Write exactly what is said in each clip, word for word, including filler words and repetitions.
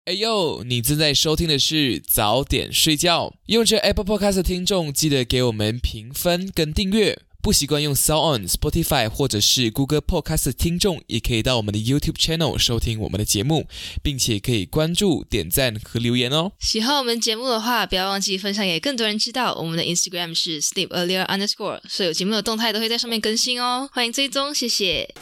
哎呦，你正在收听的是早点睡觉。用着 Apple Podcast 的听众，记得给我们评分跟订阅。不习惯用 SoundOn、Spotify 或者是 Google Podcast 的听众，也可以到我们的 YouTube Channel 收听我们的节目，并且可以关注、点赞和留言哦。 喜欢我们节目的话，不要忘记分享给更多人知道。我们的 Instagram 是 sleep earlier underscore， 所有节目的动态都会在上面更新哦，欢迎追踪，谢谢。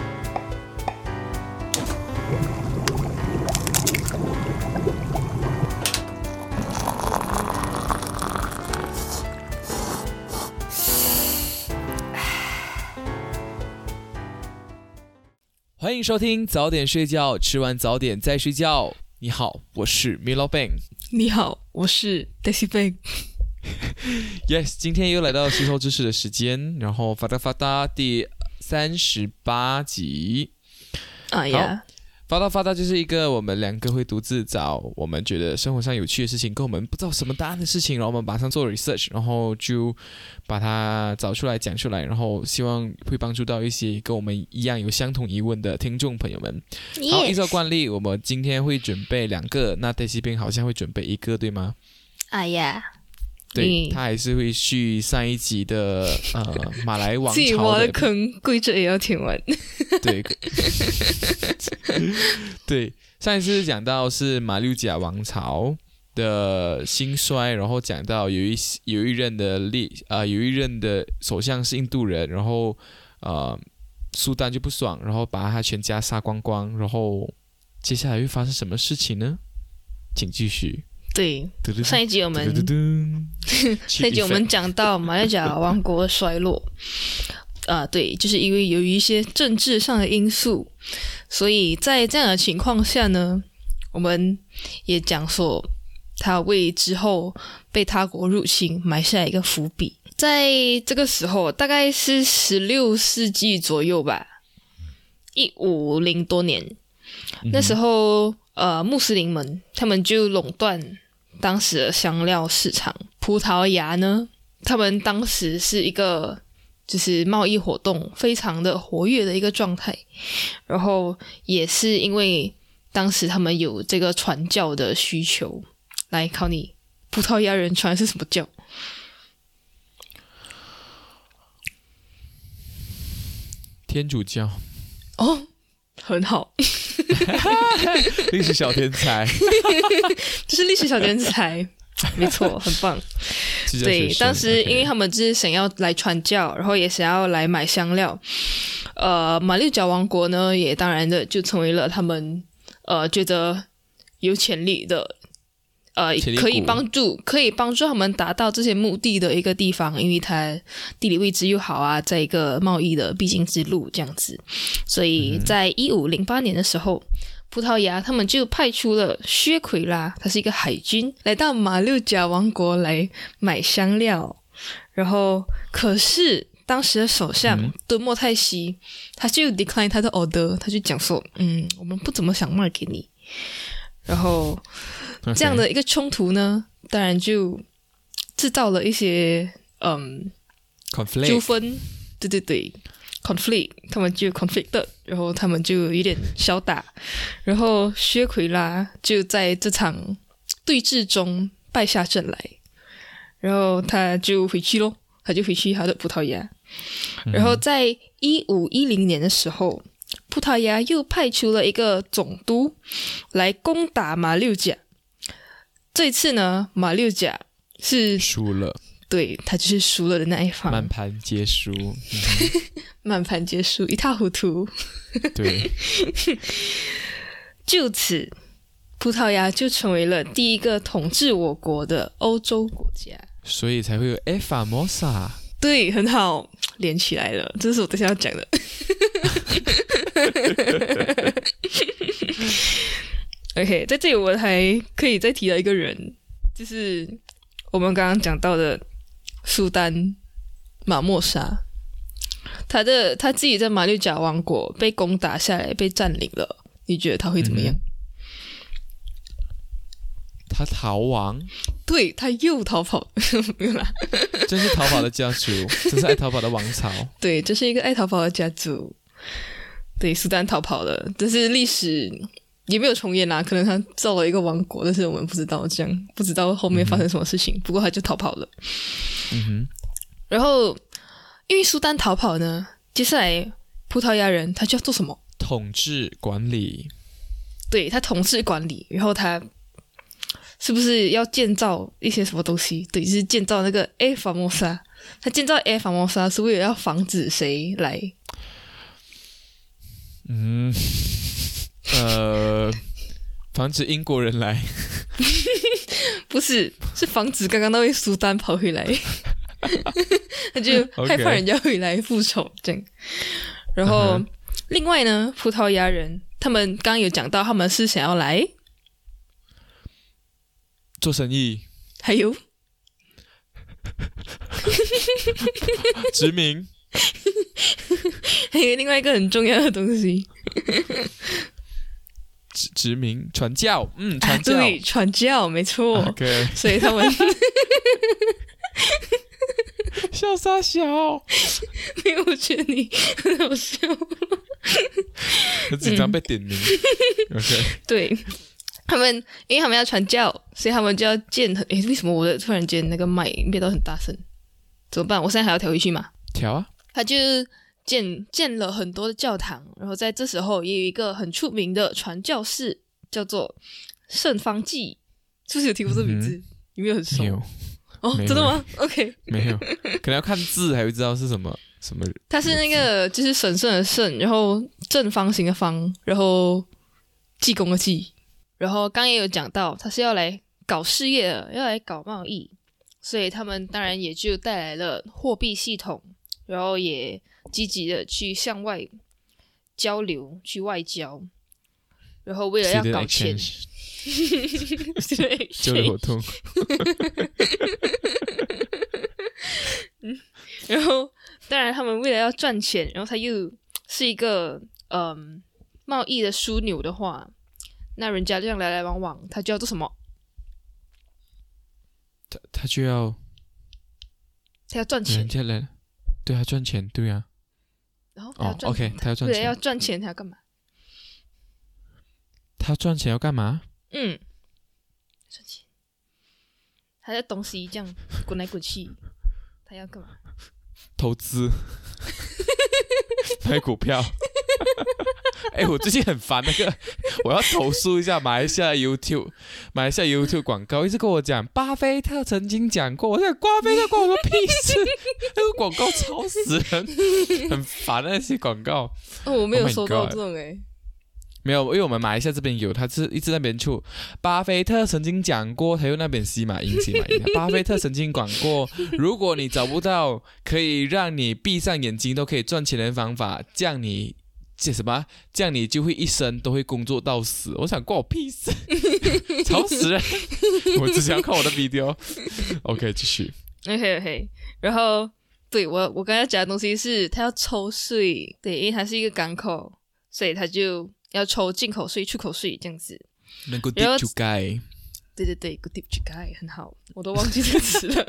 欢迎收听早点睡觉，吃完早点再睡觉。你好，我是 Milo Bang。 你好，我是 Daisy Bang。 Yes， 今天又来到吸收知识的时间，然后发达发达第三十八集。 哎呀， 发达发达就是一个我们两个会独自找我们觉得生活上有趣的事情，跟我们不知道什么答案的事情，然后我们马上做 research， 然后就把它找出来讲出来，然后希望会帮助到一些跟我们一样有相同疑问的听众朋友们。Yes. 好，依照惯例，我们今天会准备两个，那 Daisy Bing 好像会准备一个，对吗？ 哎呀， 对，他还是会续上一集的呃马来王朝的， 自己挖的坑，跪着也要填完。 对，对，上一次讲到是马六甲王朝的兴衰，然后讲到有一有一任的历呃有一任的首相是印度人，然后呃苏丹就不爽，然后把他全家杀光光，然后接下来会发生什么事情呢？请继续。 对，上一集我们上一集我们讲到马六甲王国的衰落，啊、呃，对，就是因为由于一些政治上的因素，所以在这样的情况下呢，我们也讲说他为之后被他国入侵埋下一个伏笔。在这个时候，大概是十六世纪左右吧，一五零多年，那时候呃，穆斯林们他们就垄断当时的香料市场。葡萄牙呢，他们当时是一个就是贸易活动非常的活跃的一个状态，然后也是因为当时他们有这个传教的需求。来考你，葡萄牙人传的是什么教？ 天主教。 哦，很好。 历史小天才。 这是历史小天才，没错，很棒。对，当时因为他们就是想要来传教，然后也想要来买香料，呃，马六甲王国呢也当然的就成为了他们呃觉得有潜力的呃可以帮助可以帮助他们达到这些目的的一个地方，因为它地理位置又好啊，在一个贸易的必经之路这样子。所以在一五零八年的时候，葡萄牙他们就派出了薛奎拉，他是一个海军，来到马六甲王国来买香料。然后可是当时的首相敦莫泰西、嗯、他就 decline 他的 order， 他就讲说嗯，我们不怎么想卖给你。然后这样的一个冲突呢，当然就制造了一些嗯纠纷，对对对 conflict， 他们就 conflict， 然后他们就有点小打，然后薛奎拉就在这场对峙中败下阵来，然后他就回去咯，他就回去他的葡萄牙。然后在一五一零年的时候，葡萄牙又派出了一个总督来攻打马六甲。这次呢，马六甲是输了， 对，他就是输了的那一方， 满盘皆输。嗯、 满盘皆输，一塌糊涂。 对， 就此，葡萄牙就成为了第一个统治我国的欧洲国家， 所以才会有 E Famosa。 对，很好，连起来了，这是我等一下要讲的。OK， 在这里我还可以再提到一个人，就是我们刚刚讲到的苏丹马莫沙，他的他自己在马六甲王国被攻打下来，被占领了，你觉得他会怎么样？嗯、 他逃亡？ 对，他又逃跑，没有啦， 真是逃跑的家族，真是爱逃跑的王朝。 对，这是一个爱逃跑的家族。对，苏丹逃跑了，这是历史也没有重演啦，可能他造了一个王国，但是我们不知道，这样不知道后面发生什么事情。嗯、不过他就逃跑了。 嗯哼。 然后因为苏丹逃跑呢，接下来葡萄牙人他就要做什么？ 统治管理。 对，他统治管理，然后他是不是要建造一些什么东西？对，就是建造那个 A Famosa。他建造 A Famosa 是为了要防止谁来？ 嗯。呃，防止英国人来。 不是，是防止刚刚那位苏丹跑回来。他就害怕人家回来复仇这样。然后、uh-huh. 另外呢，葡萄牙人他们刚刚有讲到，他们是想要来做生意， 还有殖民， 还有另外一个很重要的东西。 殖民传教，嗯，传教、 啊、对，传教没错。 Okay. 所以他们笑啥笑？ 没有，我觉得你很好笑。 很紧张被点名。嗯、OK， 对他们，因为他们要传教，所以他们就要建很。诶，为什么我的突然间那个麦变到很大声？怎么办？我现在还要调回去吗？ 调啊！ 他就建建了很多的教堂，然后在这时候也有一个很出名的传教士，叫做圣方济。是不是有听过这名字？嗯、有没有很熟？ 没有。 哦，真的吗 ？OK， 没有，可能要看字才会知道是什么什么。 他是那个就是神圣的圣，然后正方形的方，然后济公的济，然后刚也有讲到他是要来搞事业的，要来搞贸易，所以他们当然也就带来了货币系统，然后也积极的去向外交流，去外交，然后为了要搞钱。对， 交流活动。 嗯，然后当然他们为了要赚钱，然后他又是一个嗯贸易的枢纽的话，那人家这样来来往往，他就要做什么？ 他他就要他要赚钱， 人家来，对他赚钱，对啊。 然后他要赚哦 ，OK， 他要赚钱， 为了要赚钱，他要干嘛？ 他赚钱要干嘛？ 嗯，赚钱，他的东西这样滚来滚去，他要干嘛？ 投资，买股票。哎、欸，我最近很烦那个，我要投诉一下马来西亚 YouTube， 马来西亚 YouTube 广告一直跟我讲，巴菲特曾经讲过，我想巴菲特关我屁事，那个广告吵死人，很烦那些广告。 哦，我没有收到这种哎、欸。 没有，因为我们马来西亚这边有，他是一直在那边出。巴菲特曾经讲过，他用那边西马音西马音。巴菲特曾经讲过，如果你找不到可以让你闭上眼睛都可以赚钱的方法，这样你这什么？这样你就会一生都会工作到死。我想关我屁事，吵死人！我只想看我的 video。OK， 继续。 OK OK， 然后对我我刚才讲的东西是，他要抽税，对，因为它是一个港口，所以他就要抽进口税、出口税这样子。 能够 deep 出街， 对对对 ，good deep 出街很好，我都忘记这个词了。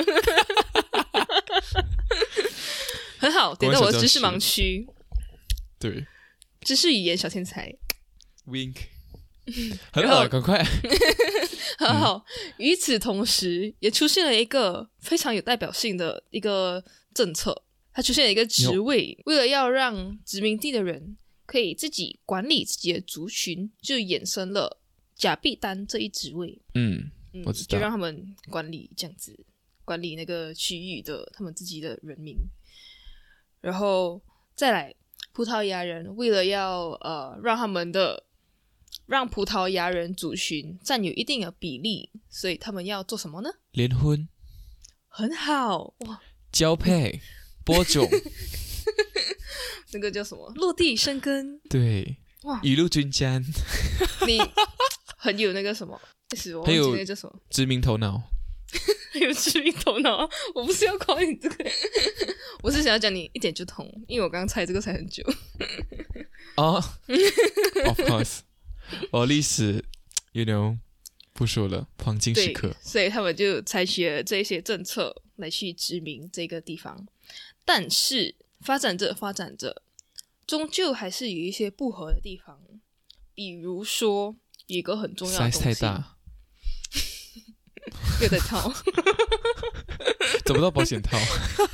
很好，点到我的知识盲区。 对， 知识语言小天才 ，wink， 很好，赶快。 很好。与此同时，也出现了一个非常有代表性的一个政策，它出现了一个职位，为了要让殖民地的人可以自己管理自己的族群，就衍生了甲必丹这一职位。 嗯，我知道， 就让他们管理这样子，管理那个区域的他们自己的人民。然后再来，葡萄牙人为了要呃让他们的让葡萄牙人族群占有一定的比例，所以他们要做什么呢？ 联婚。 很好哇！ 交配、播种。 那个叫什么？落地生根。 对，哇，雨露均沾。 你很有那个什么？我忘记那个叫什么？ 知名头脑。 很有知名头脑啊！我不是要夸你这个，我是想要讲你一点就通，因为我刚刚猜这个猜很久。 哦、oh, ，Of course， 哦，历史 ，you know， 不说了，黄金时刻。 所以他们就采取了这些政策来去殖民这个地方，但是发展着发展着，终究还是有一些不合的地方，比如说有一个很重要的东西 size 太大又在套找不到保险套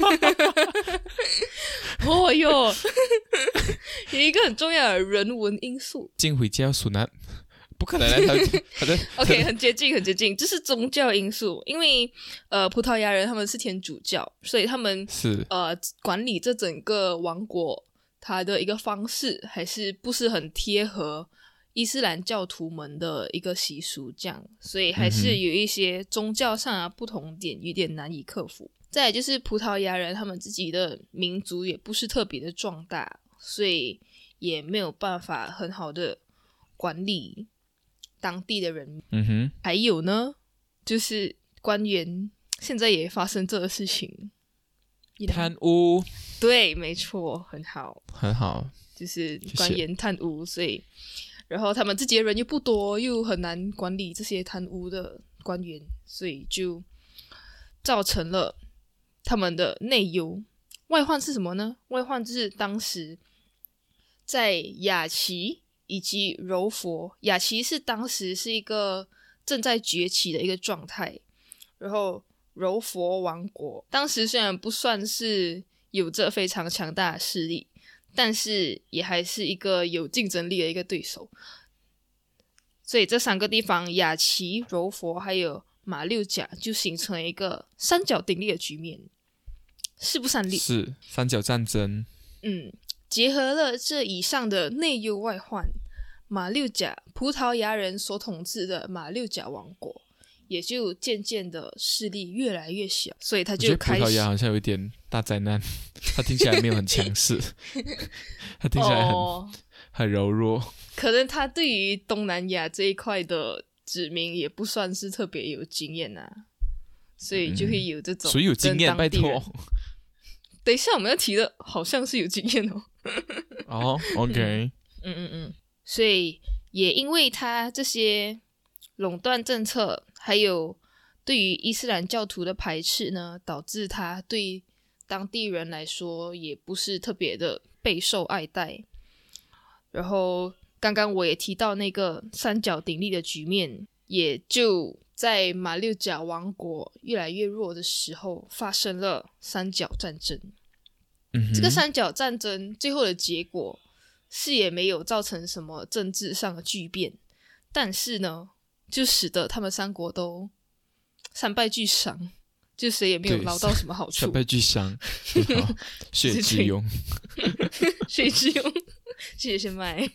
哦哟有一个很重要的人文因素， 进回家属男不可能他他的 OK 很接近很接近，这是宗教因素。因为呃葡萄牙人他们是天主教，所以他们是呃管理这整个王国它的一个方式还是不是很贴合伊斯兰教徒们的一个习俗，这样，所以还是有一些宗教上的不同点有点难以克服。再来就是葡萄牙人他们自己的民族也不是特别的壮大，所以也没有办法很好的管理当地的人民。 嗯哼， 还有呢，就是官员现在也发生这个事情， 贪污， 对，没错，很好， 很好， 就是官员贪污，所以然后他们自己的人又不多，又很难管理这些贪污的官员，所以就造成了他们的内忧。外患是什么呢？外患就是当时在雅齐以及柔佛，雅齐是当时是一个正在崛起的一个状态，然后柔佛王国当时虽然不算是有着非常强大的势力，但是也还是一个有竞争力的一个对手。所以这三个地方雅齐、柔佛还有马六甲就形成了一个三角鼎立的局面，势不三立， 是三角战争。 嗯，结合了这以上的内忧外患，马六甲葡萄牙人所统治的马六甲王国也就渐渐的势力越来越小，所以他就开始， 我觉得葡萄牙好像有一点大灾难，他听起来没有很强势他听起来很、哦、很柔弱， 可能他对于东南亚这一块的殖民也不算是特别有经验啊，所以就会有这种、嗯、 谁有经验拜托， 等一下我们要提的好像是有经验哦哦、oh, OK 嗯嗯嗯，所以也因为他这些垄断政策还有对于伊斯兰教徒的排斥呢，导致他对当地人来说也不是特别的备受爱戴。然后刚刚我也提到那个三角鼎立的局面，也就在马六甲王国越来越弱的时候发生了三角战争、嗯、这个三角战争最后的结果是也没有造成什么政治上的巨变，但是呢就使得他们三国都三败俱伤，就谁也没有捞到什么好处。 三败俱伤血之勇血之勇谢谢先麦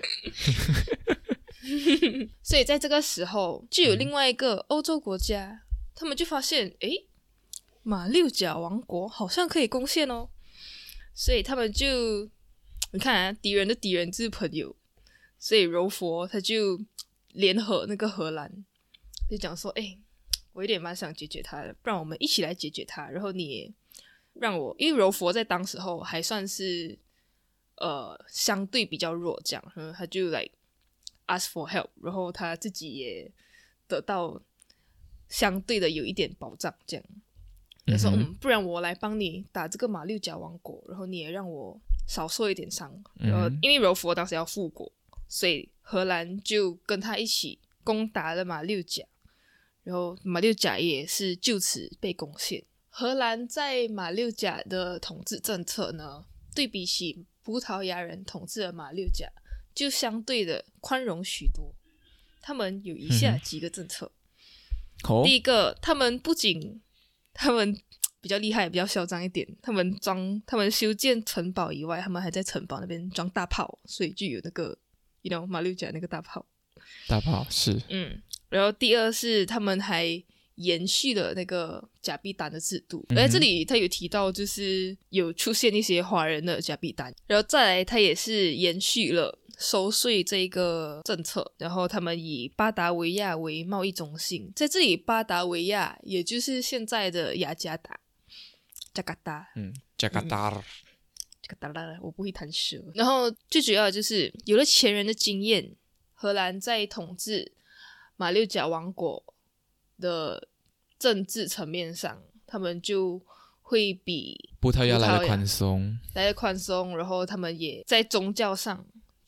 所以在这个时候就有另外一个欧洲国家、嗯、他们就发现诶马六甲王国好像可以攻陷哦，所以他们就你看啊，敌人的敌人就是朋友，所以柔佛他就联合那个荷兰，就讲说诶我有点蛮想解决他的，不然我们一起来解决他，然后你也让我，因为柔佛在当时候还算是呃相对比较弱这样、嗯、他就来 ask for help， 然后他自己也得到相对的有一点保障这样，他说嗯，不然我来帮你打这个马六甲王国，然后你也让我少受一点伤，然后因为柔佛当时要复国，所以荷兰就跟他一起攻打了马六甲，然后马六甲也是就此被攻陷。荷兰在马六甲的统治政策呢，对比起葡萄牙人统治的马六甲就相对的宽容许多。他们有以下几个政策、嗯、第一个，他们不仅他们比较厉害比较嚣张一点，他们装他们修建城堡以外，他们还在城堡那边装大炮，所以就有那个 you know 马六甲那个大炮大炮是嗯，然后第二是他们还延续了那个甲必丹的制度、嗯、而这里他有提到就是有出现一些华人的甲必丹，然后再来他也是延续了收税这个政策，然后他们以巴达维亚为贸易中心，在这里巴达维亚也就是现在的雅加达加卡达嗯，加卡达加卡达我不会弹舌。然后最主要的就是有了前人的经验，荷兰在统治马六甲王国的政治层面上，他们就会比葡萄牙来的宽松来的宽松，然后他们也在宗教上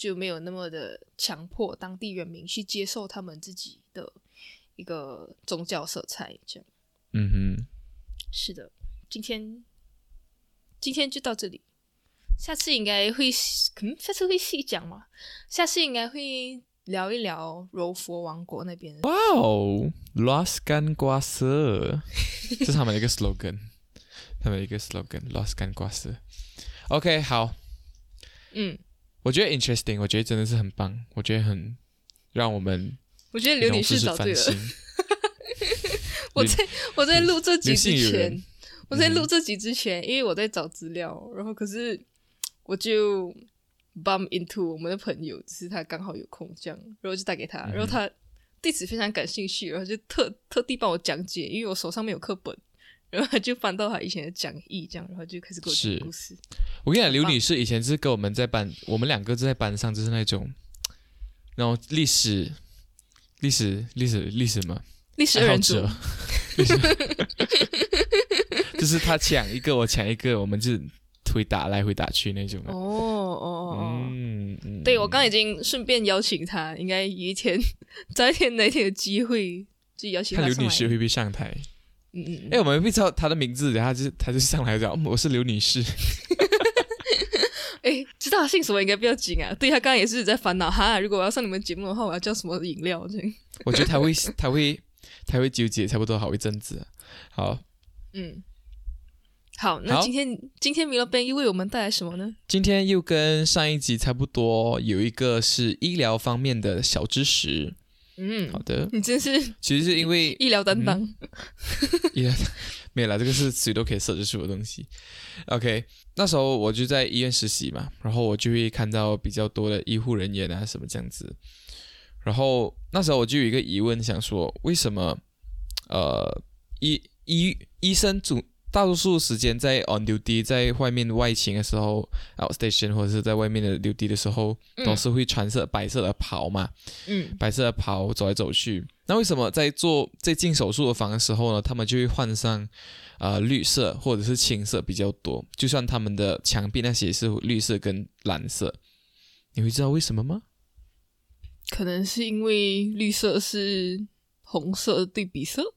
就没有那么的强迫当地人民去接受他们自己的一个宗教色彩，这样。 嗯哼， 是的，今天今天就到这里，下次应该会，嗯，下次会细讲吗？下次应该会聊一聊柔佛王国那边。 哇哦 ，Luaskan Kuasa， 这是他们的一个 slogan， 他们的一个 slogan，Luaskan Kuasa。OK， 好， 嗯， 我觉得 interesting， 我觉得真的是很棒，我觉得很让我们， 我觉得刘女士找对了。我在我在录这集之前，我在录这集之前，因为我在找资料，然后可是我就 bump into 我们的朋友，只是他刚好有空这样，然后就打给他，然后他对此非常感兴趣，然后就特特地帮我讲解，因为我手上没有课本，然后他就翻到他以前的讲义这样，然后就开始给我讲故事。 我跟你讲，刘女士以前是跟我们在班，我们两个在班上就是那种，然后历史、历史、历史、历史嘛。 历史二人组， 就是他抢一个，我抢一个，我们就回打来回打去那种。 哦哦哦， 嗯嗯， 对，我刚已经顺便邀请他，应该有一天，在一天哪一天有机会就邀请他上来。 看刘女士会不会上台？ 嗯嗯， 哎，我们会知道她的名字，然后就他就上来讲，我是刘女士。 哎，知道他姓什么应该不要紧啊。对，他刚刚也是在烦恼哈，如果我要上你们节目的话，我要叫什么饮料？这样， 我觉得他会，他会。他会纠结差不多好一阵子、啊。好， 嗯，好，那今天今天米洛贝又为我们带来什么呢？ 今天又跟上一集差不多，有一个是医疗方面的小知识。 嗯， 好的， 你真是， 其实是因为医疗担当， 嗯、医疗没有啦，这个是谁都可以设置出的东西。OK， 那时候我就在医院实习嘛，然后我就会看到比较多的医护人员啊什么这样子。然后那时候我就有一个疑问，想说为什么呃医医医生主大多数时间在 on duty 在外面外勤的时候 outstation 或者是在外面的 duty 的时候、嗯、都是会穿色白色的袍嘛， 嗯， 白色的袍走来走去。那为什么在做在进手术的房的时候呢，他们就会换上呃绿色或者是青色比较多？就算他们的墙壁那些是绿色跟蓝色，你会知道为什么吗？ 可能是因为绿色是红色的对比色。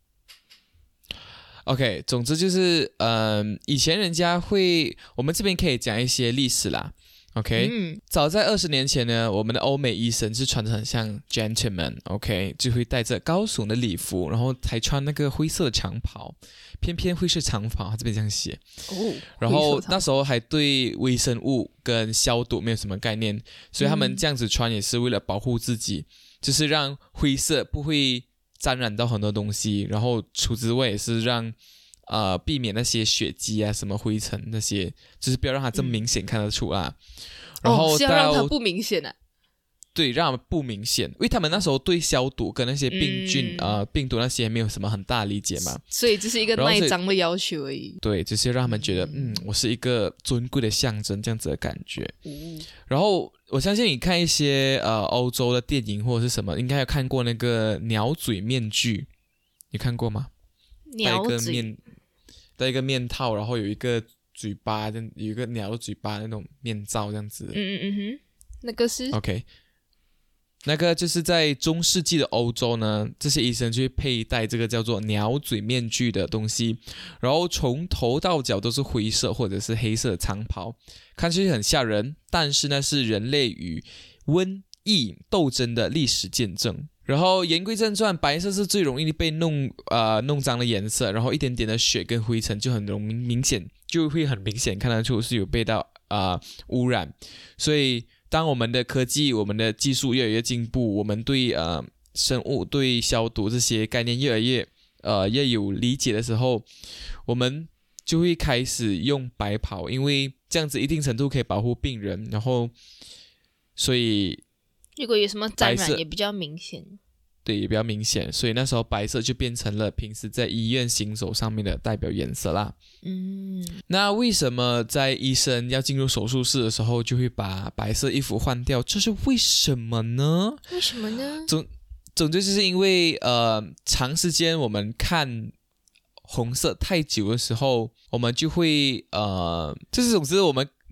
OK， 总之就是，嗯、呃，以前人家会，我们这边可以讲一些历史啦。OK，、嗯、早在二十年前呢，我们的欧美医生是穿得很像 gentleman，OK，、okay? 就会带着高耸的礼服，然后还穿那个灰色的长袍，偏偏灰色长袍，他这边这样写。 哦， 然后那时候还对微生物跟消毒没有什么概念，所以他们这样子穿也是为了保护自己，嗯、就是让灰色不会沾染到很多东西，然后除此之外也是让呃避免那些血迹啊什么灰尘那些，就是不要让它这么明显看得出啊。嗯、然后哦，是要让它不明显啊。 对，让他们不明显，因为他们那时候对消毒跟那些病菌、嗯、呃病毒那些没有什么很大理解嘛， 所以这是一个耐脏的要求而已。 对，就是让他们觉得嗯，我是一个尊贵的象征这样子的感觉。嗯、然后我相信你看一些呃欧洲的电影或者是什么，应该有看过那个鸟嘴面具，你看过吗？ 鸟嘴，戴一个面，戴一个面套，然后有一个嘴巴，有一个鸟的嘴巴那种面罩这样子。 嗯嗯嗯哼，那个是 OK。那个就是在中世纪的欧洲呢，这些医生就会佩戴这个叫做鸟嘴面具的东西，然后从头到脚都是灰色或者是黑色的长袍，看上去很吓人，但是呢是人类与瘟疫斗争的历史见证。然后言归正传，白色是最容易被弄呃弄脏的颜色，然后一点点的血跟灰尘就很容易明显就会很明显看得出是有被到呃污染，所以当我们的科技、我们的技术越来越进步，我们对呃生物、对消毒这些概念越来越呃越有理解的时候，我们就会开始用白袍，因为这样子一定程度可以保护病人，然后所以如果有什么沾染也比较明显。 对，也比较明显，所以那时候白色就变成了平时在医院行走上面的代表颜色啦。 嗯， 那为什么在医生要进入手术室的时候就会把白色衣服换掉？这是为什么呢？ 为什么呢？ 总总之就是因为呃，长时间我们看红色太久的时候，我们就会呃，就是总之我们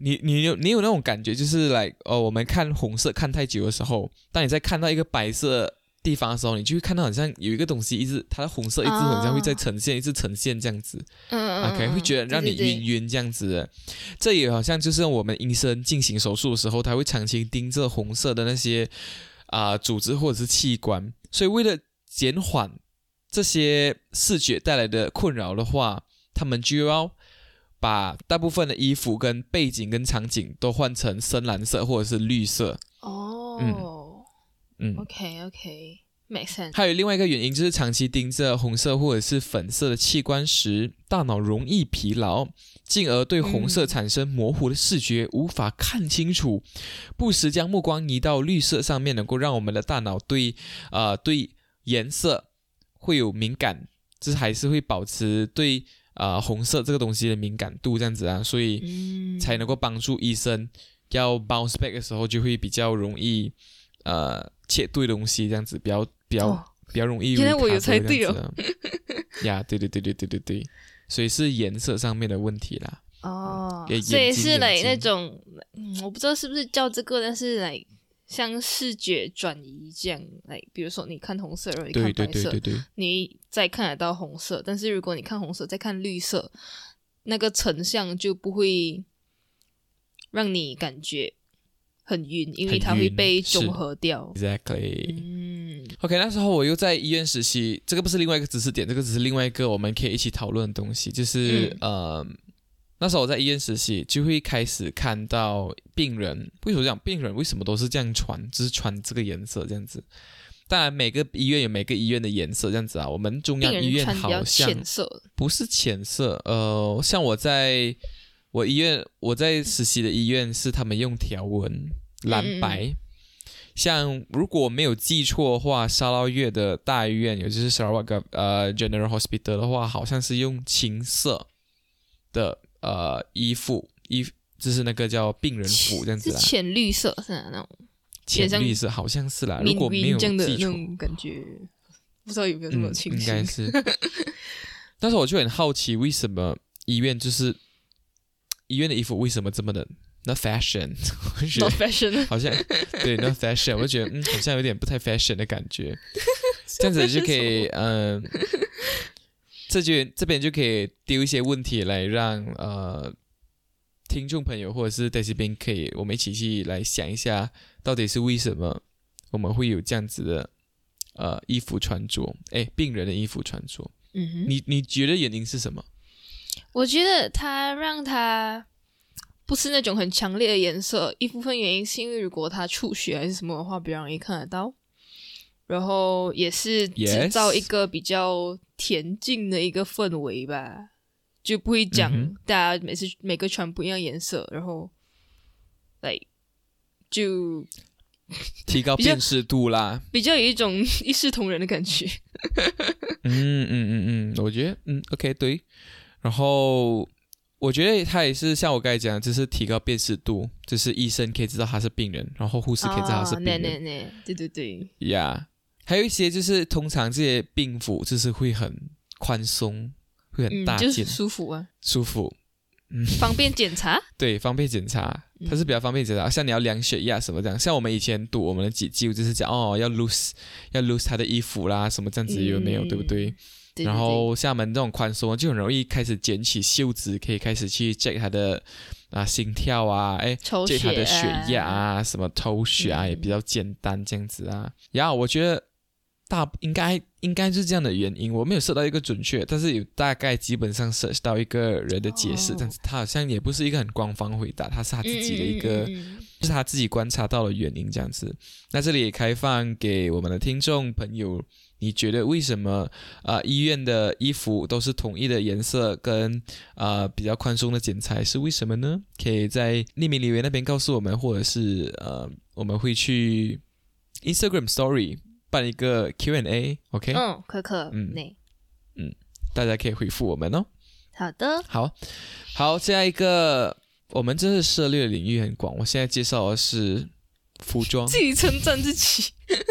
你你有你有那种感觉，就是来、like, 哦，我们看红色看太久的时候，当你在看到一个白色地方的时候，你就会看到好像有一个东西一直它的红色一直好像会在呈现、哦、一直呈现这样子， 嗯嗯 OK 会觉得让你晕晕这样子的。这也好像就是我们医生进行手术的时候，他会长期盯着红色的那些啊、呃、组织或者是器官，所以为了减缓这些视觉带来的困扰的话，他们就要把大部分的衣服跟背景跟场景都换成深蓝色或者是绿色。 哦， 嗯嗯 ，OK OK， make sense。 还有另外一个原因就是长期盯着红色或者是粉色的器官时，大脑容易疲劳，进而对红色产生模糊的视觉，嗯、无法看清楚。不时将目光移到绿色上面，能够让我们的大脑对呃对颜色会有敏感，就是还是会保持对呃红色这个东西的敏感度这样子啊，所以才能够帮助医生要 bounce back 的时候就会比较容易呃切对东西这样子，比较比较、哦、比较容易。 原来我有猜对哦。 呀，对对对对对对对，所以是颜色上面的问题啦。 哦， 嗯、 所以是来那种、嗯，我不知道是不是叫这个，但是来像视觉转移这样，来比如说你看红色，然后你看白色， 对对对对对， 你再看得到红色，但是如果你看红色再看绿色，那个成像就不会让你感觉很晕，因为它会被中和掉。 Exactly。 嗯 OK， 那时候我又在医院实习，这个不是另外一个知识点，这个只是另外一个我们可以一起讨论的东西，就是、嗯、呃，那时候我在医院实习，就会开始看到病人，为什么讲病人为什么都是这样穿，就是穿这个颜色这样子。当然每个医院有每个医院的颜色这样子啊，我们中央医院好像浅色， 不是浅色，呃，像我在我医院我在实习的医院是他们用条纹蓝白。嗯嗯，像如果没有记错的话，沙捞越的大医院，也就是 Sarawak 呃 General Hospital 的话，好像是用青色的呃衣服，衣就是那个叫病人服这样子啦， 是浅绿色是那种， 浅绿色好像是啦，如果没有记错， 那种感觉，不知道有没有这么清晰、嗯、 应该是。那时候我就很好奇，为什么医院就是医院的衣服为什么这么的Not fashion， Not fashion， 好像对 Not fashion， 我就觉得嗯，好像有点不太 fashion 的感觉。这样子就可以，嗯、呃，这就这边就可以丢一些问题来让呃听众朋友或者是在这边可以我们一起去来想一下，到底是为什么我们会有这样子的呃衣服穿着，哎，病人的衣服穿着。 嗯哼， 你你觉得原因是什么？ 我觉得它让它不是那种很强烈的颜色，一部分原因是因为如果它出血还是什么的话比较容易看得到，然后也是制造一个比较恬静的一个氛围吧， yes. 就不会讲大家每次每个穿不一样颜色，然后来就提高辨识度啦， 比较有一种一视同仁的感觉。 嗯嗯嗯嗯，我觉得嗯 OK 对，然后我觉得他也是像我刚才讲的，就是提高辨识度，就是医生可以知道他是病人，然后护士可以知道他是病人。 哦，那那那，对对对。 呀、yeah. 还有一些就是通常这些病服就是会很宽松，会很大件， 嗯、就是舒服啊， 舒服，嗯， 方便检查。对， 方便检查，它是比较方便检查。嗯、像你要量血压什么这样，像我们以前读我们的几季就是讲哦，要 loose 要 loose 他的衣服啦，什么这样子有没有，嗯、对不对？ 对对对， 然后像我们这种宽松就很容易开始卷起袖子，可以开始去 check 他的啊心跳啊，哎 check 他的血压啊，什么抽血啊、嗯、也比较简单这样子啊。然后我觉得大应该应该是这样的原因，我没有设到一个准确，但是有大概基本上 search 到一个人的解释，哦、但是他好像也不是一个很官方回答，他是他自己的一个，嗯嗯嗯就是他自己观察到的原因这样子。那这里也开放给我们的听众朋友。你觉得为什么呃医院的衣服都是统一的颜色跟呃比较宽松的剪裁是为什么呢？可以在匿名留言那边告诉我们，或者是呃我们会去 Instagram Story 办一个 Q and A，OK？、Okay? 嗯，可可，嗯嗯，大家可以回复我们哦。 好的， 好，好，下一个我们这是涉猎领域很广，我现在介绍的是服装， 自己称赞自己。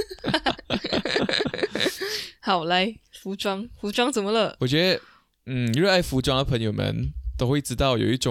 好，来服装，服装怎么了？ 我觉得，嗯，热爱服装的朋友们都会知道有一种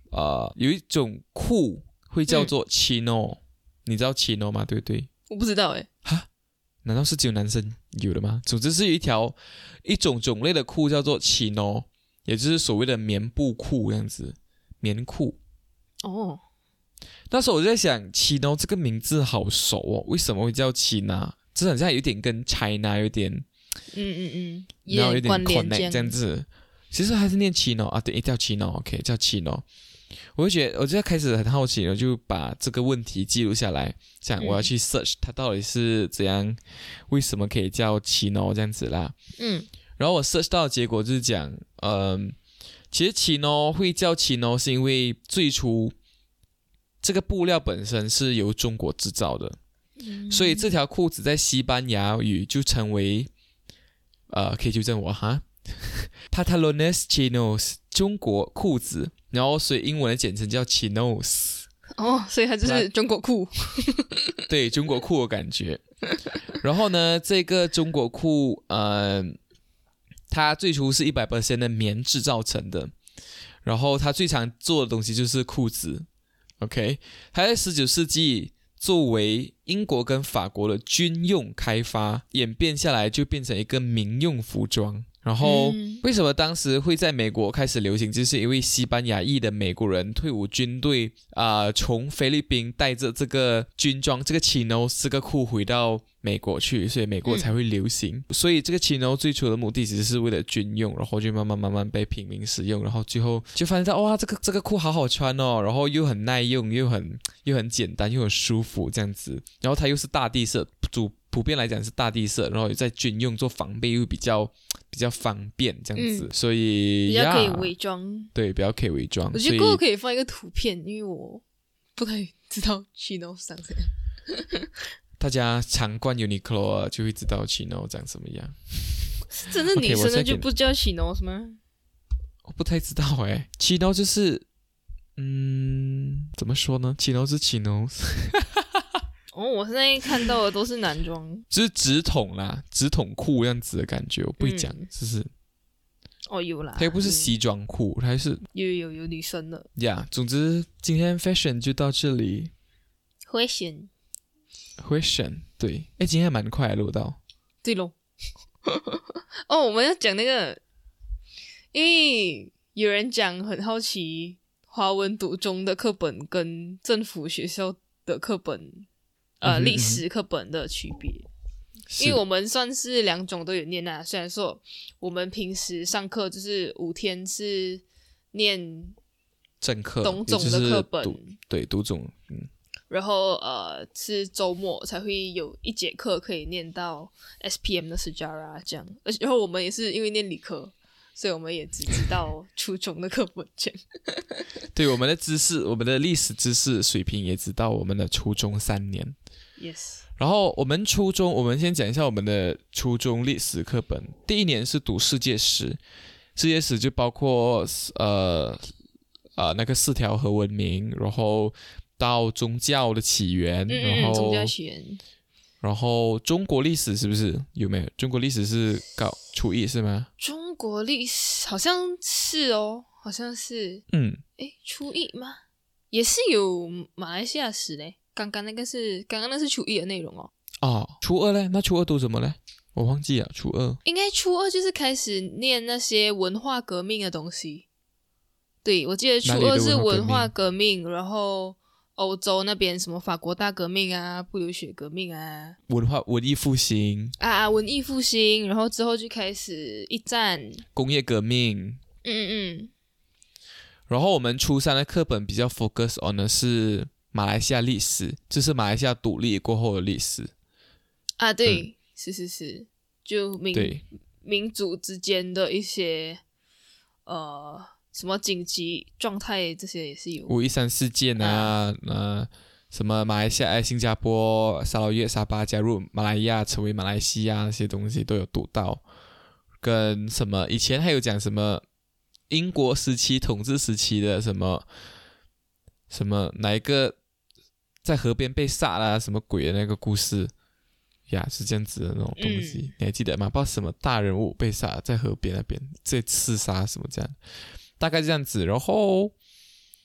呃，有一种裤会叫做 chino，、嗯、你知道 chino 吗？对不对？ 我不知道哎。 哈？难道是只有男生有的吗？总之是有一条一种种类的裤叫做 chino， 也就是所谓的棉布裤这样子，棉裤。 哦。 那时候我就在想 chino 这个名字好熟哦，为什么会叫 China？ 这好像有点跟 China 有点嗯嗯嗯， 然后有点 connect 这样子。其实还是念 chino 啊，对，叫 chino，OK，、okay, 叫 chino。我就觉得，我就开始很好奇，我就把这个问题记录下来，想我要去 search 它到底是怎样，为什么可以叫 chino 这样子啦。 嗯， 然后我 search 到的结果就是讲，嗯，其实 chino 会叫 chino 是因为最初这个布料本身是由中国制造的，嗯、所以这条裤子在西班牙语就称为，呃，可以纠正我哈。Pantalones chinos， 中国裤子，然后所以英文的简称叫 chinos。 哦，所以它就是中国裤。 对，中国裤的感觉。然后呢，这个中国裤，呃，它最初是 百分之百 的棉制造成的，然后它最常做的东西就是裤子。OK， 它在十九世纪作为英国跟法国的军用开发，演变下来就变成一个民用服装。然后为什么当时会在美国开始流行，就是因为西班牙裔的美国人退伍军队啊、呃，从菲律宾带着这个军装，这个 chinos 这个裤回到美国去，所以美国才会流行。嗯、所以这个 chino 最初的目的只是为了军用，然后就慢慢慢慢被平民使用，然后最后就发现到哇，这个这个裤好好穿哦，然后又很耐用，又很又很简单，又很舒服这样子。然后它又是大地色，主普遍来讲是大地色，然后在军用做防备又比较比较方便这样子，嗯、所以比较可以伪装。 对，比较可以伪装。 我觉得过后可以放一个图片，因为我不太知道 chino 长怎样。 大家常逛 Uniqlo 就会知道 chino 长什么样。 是真的女生的就不叫 chino 是吗？ 我不太知道哎、欸、，chino 就是嗯，怎么说呢 ？chino 是 chino。 哦，我现在看到的都是男装， 就是直筒啦，直筒裤这样子的感觉，我不会讲，就、嗯、是。 哦，有啦， 它又不是西装裤，它还是有有有女生的呀。Yeah, 总之，今天 fashion 就到这里。fashion，fashion， 对，哎，今天还蛮快录到。 对咯。哦，我们要讲那个，因为有人讲很好奇华文读中的课本跟政府学校的课本。呃，历史课本的区别，因为我们算是两种都有念啊。虽然说我们平时上课就是五天是念正课， 董总的课本， 对，读总，嗯， 然后呃是周末才会有一节课可以念到 S P M 的 Sejarah 这样，而且然后我们也是因为念理科。所以我们也只知道初中的课本这样。 对，我们的知识，我们的历史知识水平也知道我们的初中三年。 Yes。 然后我们初中，我们先讲一下我们的初中历史课本。第一年是读世界史，世界史就包括呃呃那个四条河文明，然后到宗教的起源， 嗯、 然后宗教起源。 然后中国历史是不是有没有？中国历史是搞初一是吗？ 中国历史好像是哦，好像是。 嗯， 诶，初一吗？也是有马来西亚史嘞。刚刚那个是刚刚那是初一的内容哦。 哦，初二嘞？那初二读什么嘞？我忘记了。初二应该初二就是开始念那些文化革命的东西。对，我记得初二是文化革命，然后。欧洲那边什么法国大革命啊，不流血革命啊， 文化文艺复兴啊，文艺复兴，然后之后就开始一战， 工业革命， 嗯嗯， 然后我们初三的课本比较 focus on 的是马来西亚历史，就是马来西亚独立过后的历史啊，对，嗯、是是是，就民对民族之间的一些呃。什么紧急状态这些也是有五一三事件啊，呃，什么马来西亚、新加坡、沙劳越、沙巴加入马来亚成为马来西亚那些东西都有读到，跟什么以前还有讲什么英国时期统治时期的什么什么哪一个在河边被杀啦、啊、什么鬼的那个故事呀，是这样子的那种东西，嗯、你还记得吗？不知道什么大人物被杀在河边那边，在刺杀什么这样。大概这样子，然后，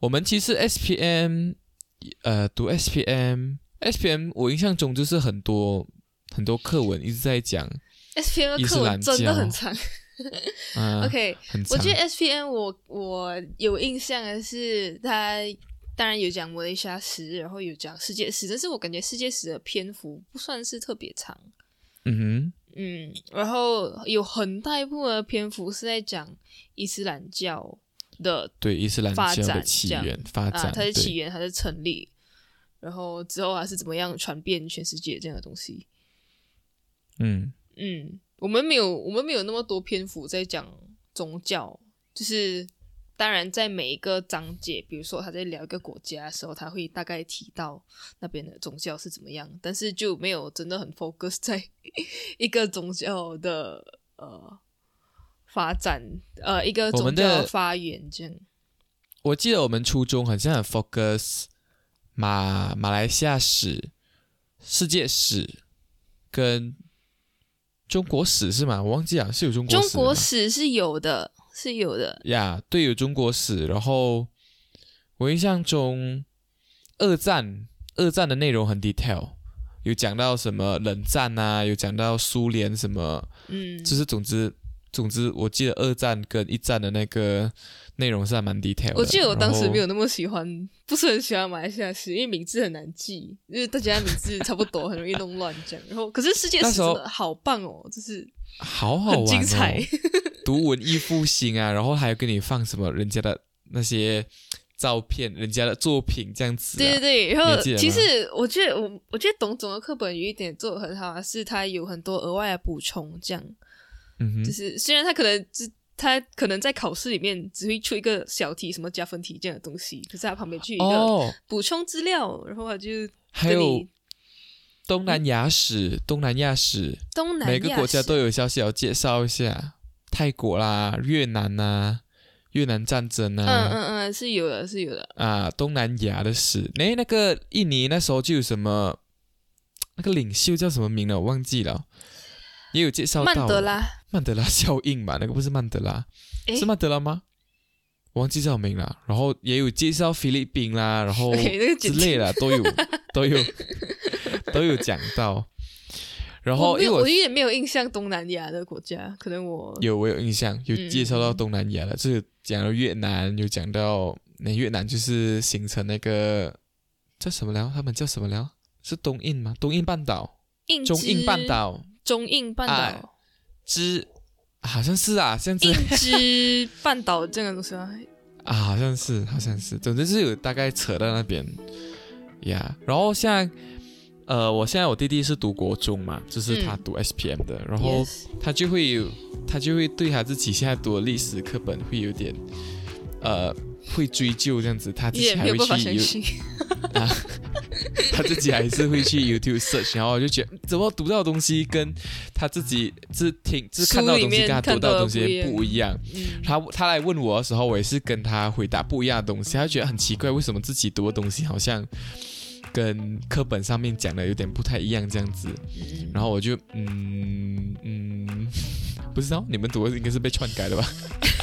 我们其实 S P M 呃读 S P M S P M 我印象中就是很多很多课文一直在讲 S P M 的课文真的很长。 嗯、 OK， 很长。 我觉得 S P M 我我有印象的是他当然有讲马来西亚史，然后有讲世界史，但是我感觉世界史的篇幅不算是特别长。 嗯哼， 嗯，然后有很大一部分的篇幅是在讲伊斯兰教的对伊斯兰教的起源发展， 啊，它的起源，它的成立，然后之后它是怎么样传遍全世界这样的东西。 嗯嗯，我们没有我们没有那么多篇幅在讲宗教，就是当然在每一个章节，比如说他在聊一个国家的时候，他会大概提到那边的宗教是怎么样，但是就没有真的很 focus 在一个宗教的呃发展，呃一个宗教的发源这样。 我记得我们初中好像很 focus 马马来西亚史、世界史跟中国史是吗？我忘记了，是有中国史。 中国史是有的，是有的呀。Yeah, 对，有中国史。然后我印象中，二战二战的内容很 detail， 有讲到什么冷战啊，有讲到苏联什么， 嗯， 就是总之总之，我记得二战跟一战的那个内容是还蛮 detail 的。 我记得我当时没有那么喜欢，不是很喜欢马来西亚史，因为名字很难记，因为大家名字差不多，很容易弄乱这样。然后，可是世界史真的好棒哦，就是好好玩、哦， 很精彩。 读文艺复兴啊，然后还有给你放什么人家的那些照片、人家的作品这样子、啊。 对对对，然后其实我觉得我我觉得董总的课本有一点做得很好，是他有很多额外的补充，这样。 嗯哼， 就是虽然他可能只他可能在考试里面只会出一个小题，什么加分题这样的东西，可是他旁边就有一个补充资料，哦、然后他就还有东南亚史、嗯、东南亚史， 东南亚史每个国家都有消息要介绍一下，泰国啦、越南啊、越南战争啊， 嗯嗯嗯，是有的，是有的啊，东南亚的史，诶，那个印尼那时候就有什么，那个领袖叫什么名了，我忘记了。也有介绍到曼德拉， 曼德拉效应吧？那个不是曼德拉，是曼德拉吗？我忘记叫名了。然后也有介绍菲律宾啦，然后之类的都有，都有，都有讲到。然后因为我我有点没有印象东南亚的国家，可能我有我有印象，有介绍到东南亚的，就是讲到越南，有讲到那越南就是形成那个叫什么了？他们叫什么了？是东印吗？东印半岛，中印半岛。 中印半岛、啊、 之好像是啊，像印支半岛这个东西啊， 啊，好像是，好像是，总之是有大概扯到那边呀。Yeah, 然后像呃，我现在我弟弟是读国中嘛，就是他读 S P M 的，嗯、然后他就会有，他就会对他自己现在读的历史课本会有点呃。会追究这样子，他自己还会去啊，他自己还是会去 YouTube search， 然后我就觉得怎么读到的东西跟他自己是听是看到的东西跟他读到的东西不一样。 嗯、 他他来问我的时候，我也是跟他回答不一样的东西，他觉得很奇怪，为什么自己读的东西好像跟课本上面讲的有点不太一样这样子。 嗯、 然后我就嗯嗯，不知道你们读的应该是被篡改的吧？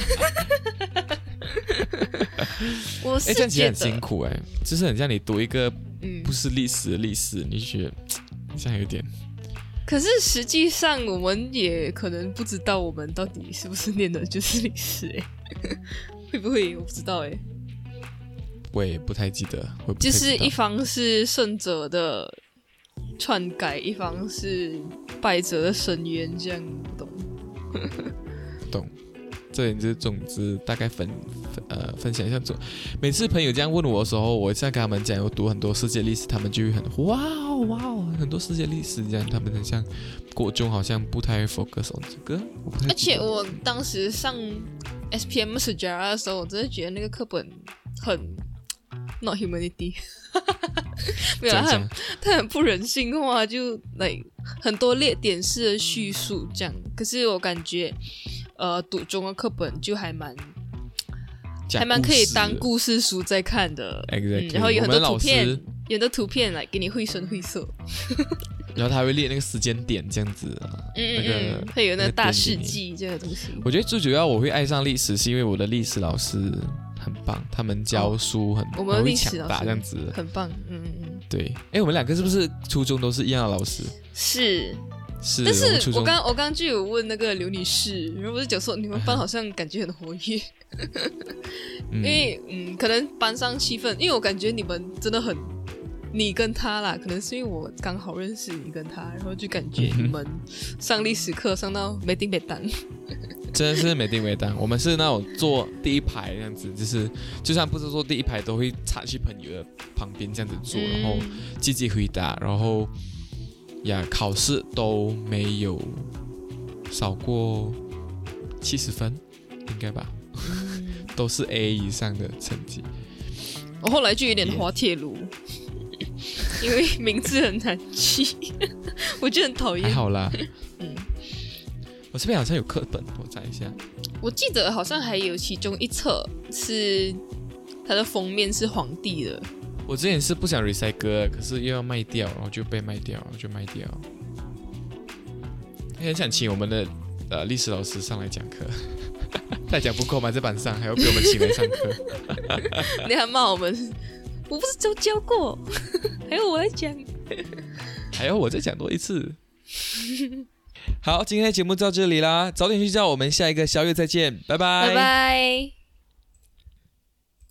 我是觉得、欸、 这样其实很辛苦哎、欸，就是很像你读一个不是历史的历史，嗯、你就觉得这样有点。 可是实际上我们也可能不知道我们到底是不是念的就是历史哎、欸，会不会我不知道哎、欸， 我也不太记得，会不就是一方是胜者的篡改，一方是败者的深渊，这样懂？ 懂。这点就是总之大概分呃分享一下。每次朋友这样问我的时候，我在跟他们讲我读很多世界历史，他们就会很哇哦哇哦，很多世界历史这样，他们很像国中好像不太 focus on 这个。我不太而且我当时上 S P M Sejarah 的时候，我真的觉得那个课本很 not humanity 没有，他很他很不人性化，就 like 很多列点式的叙述这样。可是我感觉呃，读中的课本就还蛮还蛮可以当故事书在看的， exactly, 嗯、然后有很多图片，有很多图片来给你绘声绘色， 然后他还会列那个时间点这样子， 嗯那个会有那个大事记这个东西。 我觉得最主要我会爱上历史，是因为我的历史老师很棒，他们教书很、 哦、我们历史强大这样子， 很棒。嗯嗯， 对。哎，我们两个是不是初中都是一样的老师？ 是。 是， 但是我刚我刚就有问那个刘女士，然后我就讲说你们班好像感觉很活跃，因为嗯，可能班上气氛，因为我感觉你们真的很，你跟他啦，可能是因为我刚好认识你跟他，然后就感觉你们上历史课上到没丁没单， 真的是没丁没单。我们是那种坐第一排这样子，就是就算不是坐第一排，都会插去朋友的旁边这样子坐，嗯、然后积极回答，然后。呀，考试都没有少过七十分，应该吧？嗯、都是 A 以上的成绩。 我后来就有点滑铁卢， yeah. 因为名字很难记，我就很讨厌。 还好啦，嗯，我这边好像有课本，我查一下。 我记得好像还有其中一册是它的封面是皇帝的。 我之前是不想 recycle， 可是又要卖掉，然后就被卖掉，就卖掉。很想请我们的呃历史老师上来讲课，再讲不够吗？在班上还要给我们请来上课。 你还骂我们？我不是都教过，还要我来讲， 还要我再讲多一次。好，今天的节目到这里啦，早点睡觉，我们下一个宵夜再见，拜拜， 拜拜。